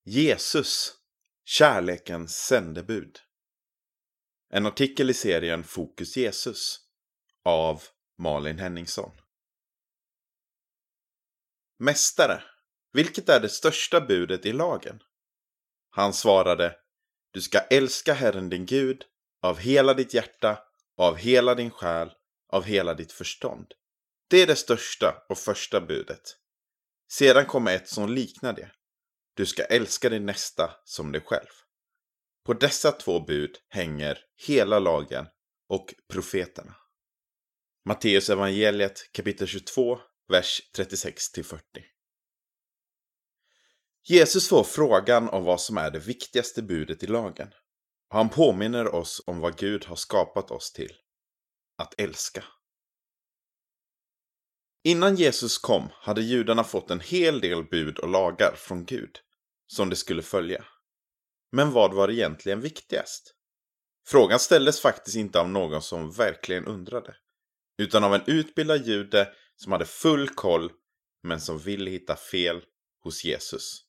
Jesus, kärlekens sändebud. En artikel i serien Fokus Jesus av Malin Henningsson. Mästare, vilket är det största budet i lagen? Han svarade: Du ska älska Herren din Gud av hela ditt hjärta, av hela din själ, av hela ditt förstånd. Det är det största och första budet. Sedan kommer ett som liknar det. Du ska älska din nästa som dig själv. På dessa två bud hänger hela lagen och profeterna. Matteus evangeliet kapitel 22, vers 36-40. Jesus får frågan om vad som är det viktigaste budet i lagen. Han påminner oss om vad Gud har skapat oss till. Att älska. Innan Jesus kom hade judarna fått en hel del bud och lagar från Gud som de skulle följa. Men vad var egentligen viktigast? Frågan ställdes faktiskt inte av någon som verkligen undrade, utan av en utbildad jude som hade full koll men som ville hitta fel hos Jesus.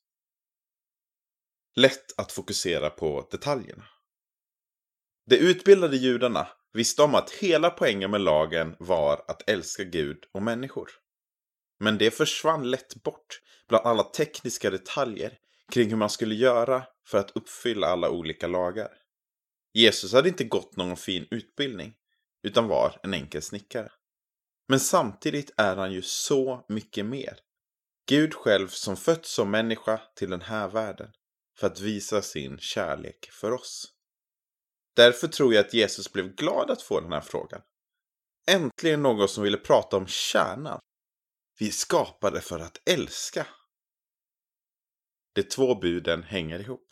Lätt att fokusera på detaljerna. De utbildade judarna visste om att hela poängen med lagen var att älska Gud och människor. Men det försvann lätt bort bland alla tekniska detaljer kring hur man skulle göra för att uppfylla alla olika lagar. Jesus hade inte gått någon fin utbildning, utan var en enkel snickare. Men samtidigt är han ju så mycket mer. Gud själv som fötts som människa till den här världen för att visa sin kärlek för oss. Därför tror jag att Jesus blev glad att få den här frågan. Äntligen någon som ville prata om kärnan. Vi skapade för att älska. De två buden hänger ihop.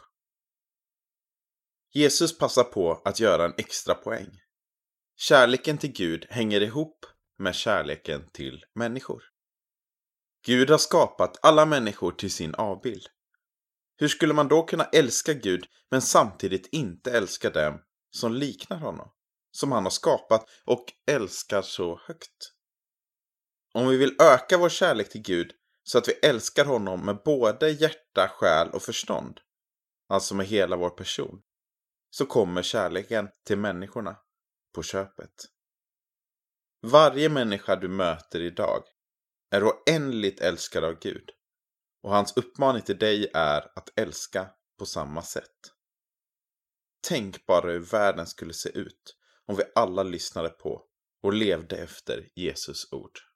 Jesus passar på att göra en extra poäng. Kärleken till Gud hänger ihop med kärleken till människor. Gud har skapat alla människor till sin avbild. Hur skulle man då kunna älska Gud men samtidigt inte älska dem som liknar honom, som han har skapat och älskar så högt? Om vi vill öka vår kärlek till Gud så att vi älskar honom med både hjärta, själ och förstånd, alltså med hela vår person, så kommer kärleken till människorna på köpet. Varje människa du möter idag är oändligt älskad av Gud, och hans uppmaning till dig är att älska på samma sätt. Tänk bara hur världen skulle se ut om vi alla lyssnade på och levde efter Jesus ord.